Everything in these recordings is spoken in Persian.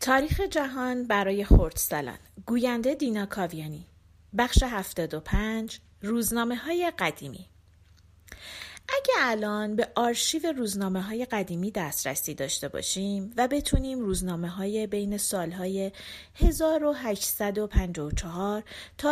تاریخ جهان برای خردسالان. گوینده دینا کاویانی. بخش 75. روزنامه‌های قدیمی. اگه الان به آرشیو روزنامه‌های قدیمی دسترسی داشته باشیم و بتونیم روزنامه‌های بین سالهای 1854 تا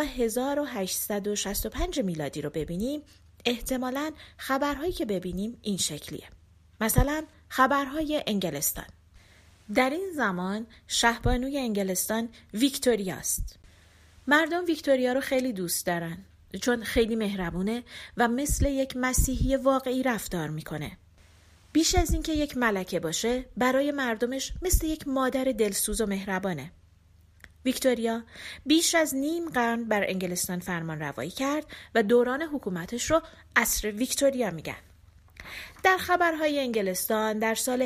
1865 میلادی رو ببینیم، احتمالاً خبرهایی که ببینیم این شکلیه. مثلا خبرهای انگلستان. در این زمان شهبانوی انگلستان ویکتوریاست. مردم ویکتوریا رو خیلی دوست دارن چون خیلی مهربونه و مثل یک مسیحی واقعی رفتار میکنه. بیش از این که یک ملکه باشه، برای مردمش مثل یک مادر دلسوز و مهربانه. ویکتوریا بیش از نیم قرن بر انگلستان فرمان روایی کرد و دوران حکومتش رو عصر ویکتوریا میگن. در خبرهای انگلستان در سال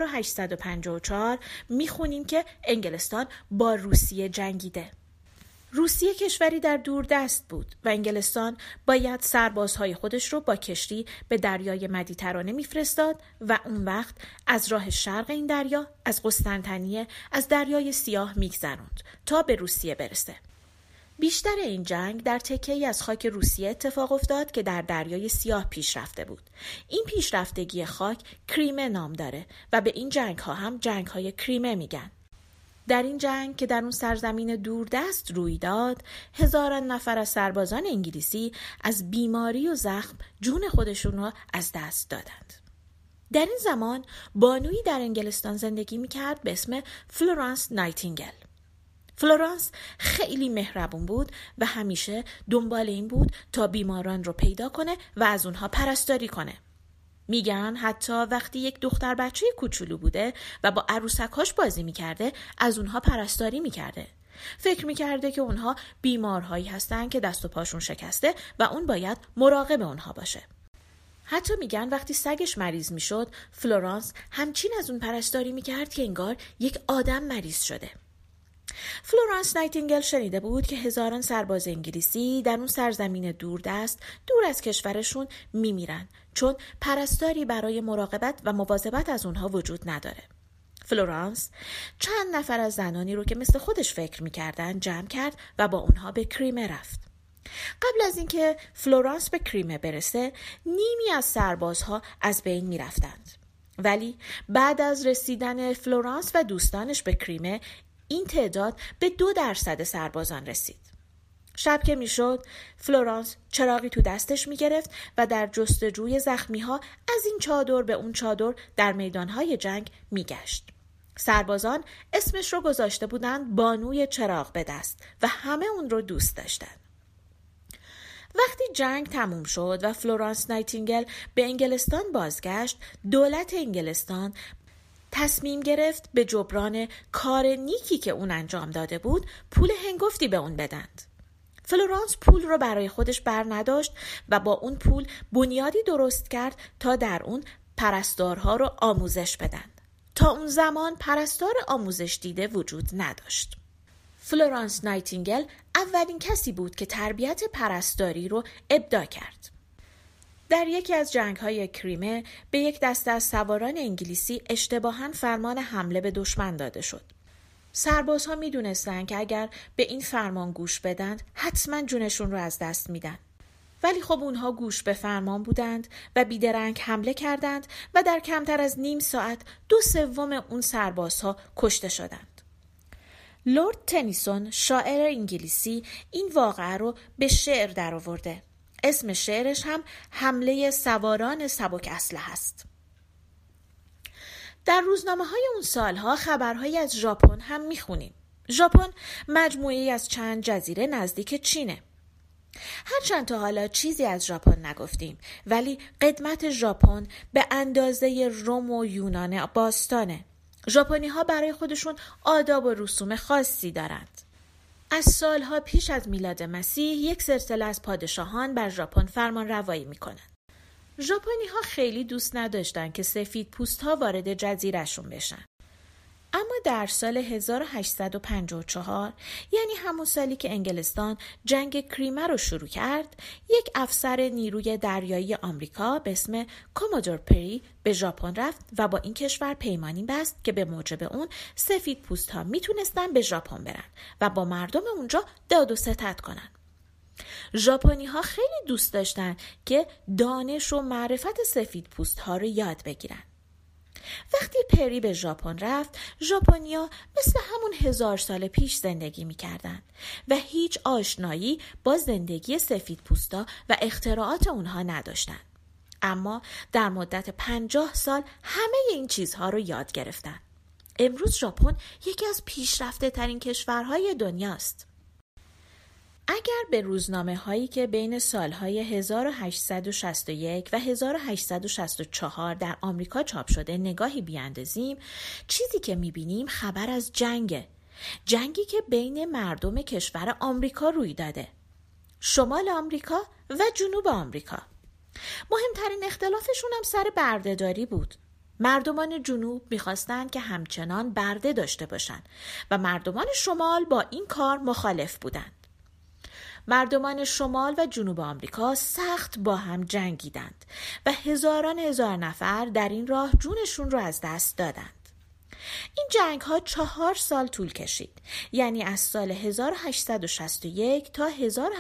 1854 میخونیم که انگلستان با روسیه جنگیده. روسیه کشوری در دوردست بود و انگلستان باید سربازهای خودش رو با کشتی به دریای مدیترانه میفرستاد و اون وقت از راه شرق این دریا، از قسطنطنیه، از دریای سیاه میگذروند تا به روسیه برسه. بیشتر این جنگ در تکه‌ای از خاک روسیه اتفاق افتاد که در دریای سیاه پیش رفته بود. این پیشرفتگی خاک کریمه نام داره و به این جنگ‌ها هم جنگ‌های کریمه میگن. در این جنگ که در اون سرزمین دوردست روی داد، هزاران نفر از سربازان انگلیسی از بیماری و زخم جون خودشون رو از دست دادند. در این زمان بانویی در انگلستان زندگی میکرد به اسم فلورانس نایتینگل. فلورانس خیلی مهربون بود و همیشه دنبال این بود تا بیماران رو پیدا کنه و از اونها پرستاری کنه. میگن حتی وقتی یک دختر بچه کوچولو بوده و با عروسک‌هاش بازی میکرده، از اونها پرستاری میکرده. فکر میکرده که اونها بیمارهایی هستن که دست و پاشون شکسته و اون باید مراقب اونها باشه. حتی میگن وقتی سگش مریض میشد، فلورانس همچین از اون پرستاری میکرد که انگار یک آدم مریض شده. فلورانس نایتینگل شنیده بود که هزاران سرباز انگلیسی در اون سرزمین دوردست دور از کشورشون میمیرن چون پرستاری برای مراقبت و مواظبت از اونها وجود نداره. فلورانس چند نفر از زنانی رو که مثل خودش فکر میکردن جمع کرد و با اونها به کریمه رفت. قبل از اینکه فلورانس به کریمه برسه، نیمی از سربازها از بین میرفتند. ولی بعد از رسیدن فلورانس و دوستانش به کریمه، این تعداد به 2% سربازان رسید. شب که میشد، فلورانس چراغی تو دستش میگرفت و در جستجوی زخمی‌ها از این چادر به اون چادر در میدانهای جنگ میگشت. سربازان اسمش رو گذاشته بودند بانوی چراغ به دست و همه اون رو دوست داشتن. وقتی جنگ تموم شد و فلورانس نایتینگل به انگلستان بازگشت، دولت انگلستان تصمیم گرفت به جبران کار نیکی که اون انجام داده بود پول هنگفتی به اون بدند. فلورانس پول رو برای خودش بر نداشت و با اون پول بنیادی درست کرد تا در اون پرستارها رو آموزش بدند. تا اون زمان پرستار آموزش دیده وجود نداشت. فلورانس نایتینگل اولین کسی بود که تربیت پرستاری رو ابداع کرد. در یکی از جنگ‌های کریمه به یک دسته از سواران انگلیسی اشتباهاً فرمان حمله به دشمن داده شد. سربازها می‌دونستند که اگر به این فرمان گوش بدند حتماً جونشون رو از دست میدن. ولی خب اونها گوش به فرمان بودند و بیدرنگ حمله کردند و در کمتر از نیم ساعت 2/3 اون سربازها کشته شدند. لورد تنیسون شاعر انگلیسی این واقعه رو به شعر درآورده. اسم شعرش هم حمله سواران سبک اسلحه است. در روزنامه‌های اون سالها خبرهایی از ژاپن هم میخونیم. ژاپن مجموعه‌ای از چند جزیره نزدیک چینه. هرچند تا حالا چیزی از ژاپن نگفتیم، ولی قدمت ژاپن به اندازه روم و یونان باستانه. ژاپنی‌ها برای خودشون آداب و رسوم خاصی دارند. از سالها پیش از میلاد مسیح یک سلسله از پادشاهان بر ژاپن فرمان روایی میکنند. ژاپنی‌ها خیلی دوست نداشتن که سفید پوست‌ها وارد جزیره‌شون بشن. اما در سال 1854 یعنی همون سالی که انگلستان جنگ کریمه رو شروع کرد، یک افسر نیروی دریایی آمریکا به اسم کومودور پری به ژاپن رفت و با این کشور پیمانی بست که به موجب اون سفیدپوست‌ها میتونستن به ژاپن برن و با مردم اونجا داد و ستد کنن. ژاپنی‌ها خیلی دوست داشتن که دانش و معرفت سفیدپوست‌ها رو یاد بگیرن. وقتی پری به ژاپن رفت، ژاپنیا مثل همون 1000 سال پیش زندگی می‌کردند و هیچ آشنایی با زندگی سفیدپوستا و اختراعات اونها نداشتند. اما در مدت 50 سال همه این چیزها رو یاد گرفتن. امروز ژاپن یکی از پیشرفته ترین کشورهای دنیاست. اگر به روزنامه هایی که بین سالهای 1861 و 1864 در آمریکا چاپ شده نگاهی بیاندازیم، چیزی که میبینیم خبر از جنگی که بین مردم کشور آمریکا روی داده. شمال آمریکا و جنوب آمریکا. مهمترین اختلافشون هم سر بردهداری بود. مردمان جنوب میخواستند که همچنان برده داشته باشند و مردمان شمال با این کار مخالف بودند. مردمان شمال و جنوب آمریکا سخت با هم جنگیدند و هزاران هزار نفر در این راه جونشون رو از دست دادند. این جنگ ها 4 سال طول کشید، یعنی از سال 1861 تا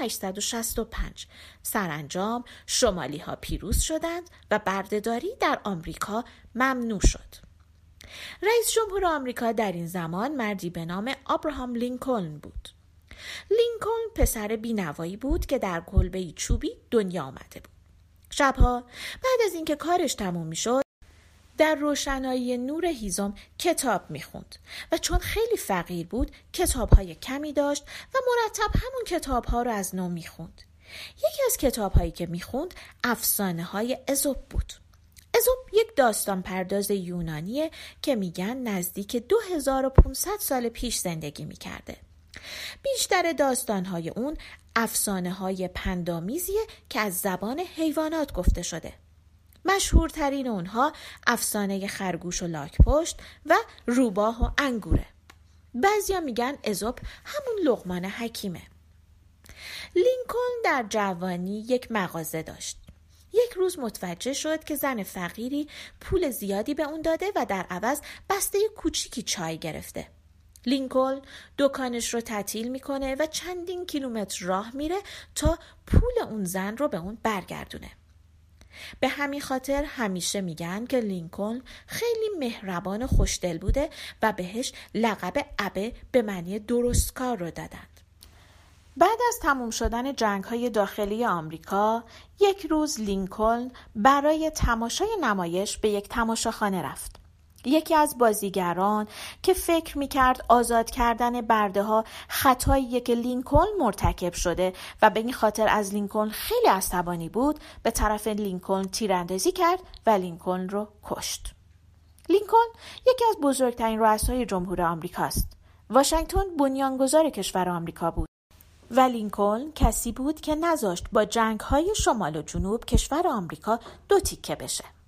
1865. سرانجام شمالی ها پیروز شدند و بردهداری در آمریکا ممنوع شد. رئیس جمهور آمریکا در این زمان مردی به نام ابراهام لینکلن بود. لینکلن پسر بینوایی بود که در کلبه‌ای چوبی دنیا آمده بود. شبها بعد از اینکه کارش تموم میشد، در روشنایی نور هیزم کتاب میخوند و چون خیلی فقیر بود کتابهای کمی داشت و مرتب همون کتابها رو از نو میخوند. یکی از کتابهایی که میخوند افسانه‌های ازوپ بود. ازوپ یک داستان پرداز یونانیه که میگن نزدیک 2500 سال پیش زندگی میکرده. بیشتر داستانهای اون افسانه‌های پندآمیزیه که از زبان حیوانات گفته شده. مشهورترین اونها افسانه خرگوش و لاک‌پشت و روباه و انگوره. بعضیا میگن ازوپ همون لقمان حکیمه. لینکلن در جوانی یک مغازه داشت. یک روز متوجه شد که زن فقیری پول زیادی به اون داده و در عوض بسته کوچیکی چای گرفته. لینکلن دکانش رو تعطیل میکنه و چندین کیلومتر راه میره تا پول اون زن رو به اون برگردونه. به همین خاطر همیشه میگن که لینکلن خیلی مهربان و خوشدل بوده و بهش لقب ابه به معنی درستکار رو دادند. بعد از تموم شدن جنگ‌های داخلی آمریکا، یک روز لینکلن برای تماشای نمایش به یک تماشاخانه رفت. یکی از بازیگران که فکر میکرد آزاد کردن برده ها خطاییه که لینکلن مرتکب شده و به این خاطر از لینکلن خیلی عصبانی بود، به طرف لینکلن تیراندازی کرد و لینکلن رو کشت. لینکلن یکی از بزرگترین رؤسای جمهور آمریکاست. واشنگتن بنیانگذار کشور آمریکا بود و لینکلن کسی بود که نذاشت با جنگ‌های شمال و جنوب کشور آمریکا 2 تیکه بشه.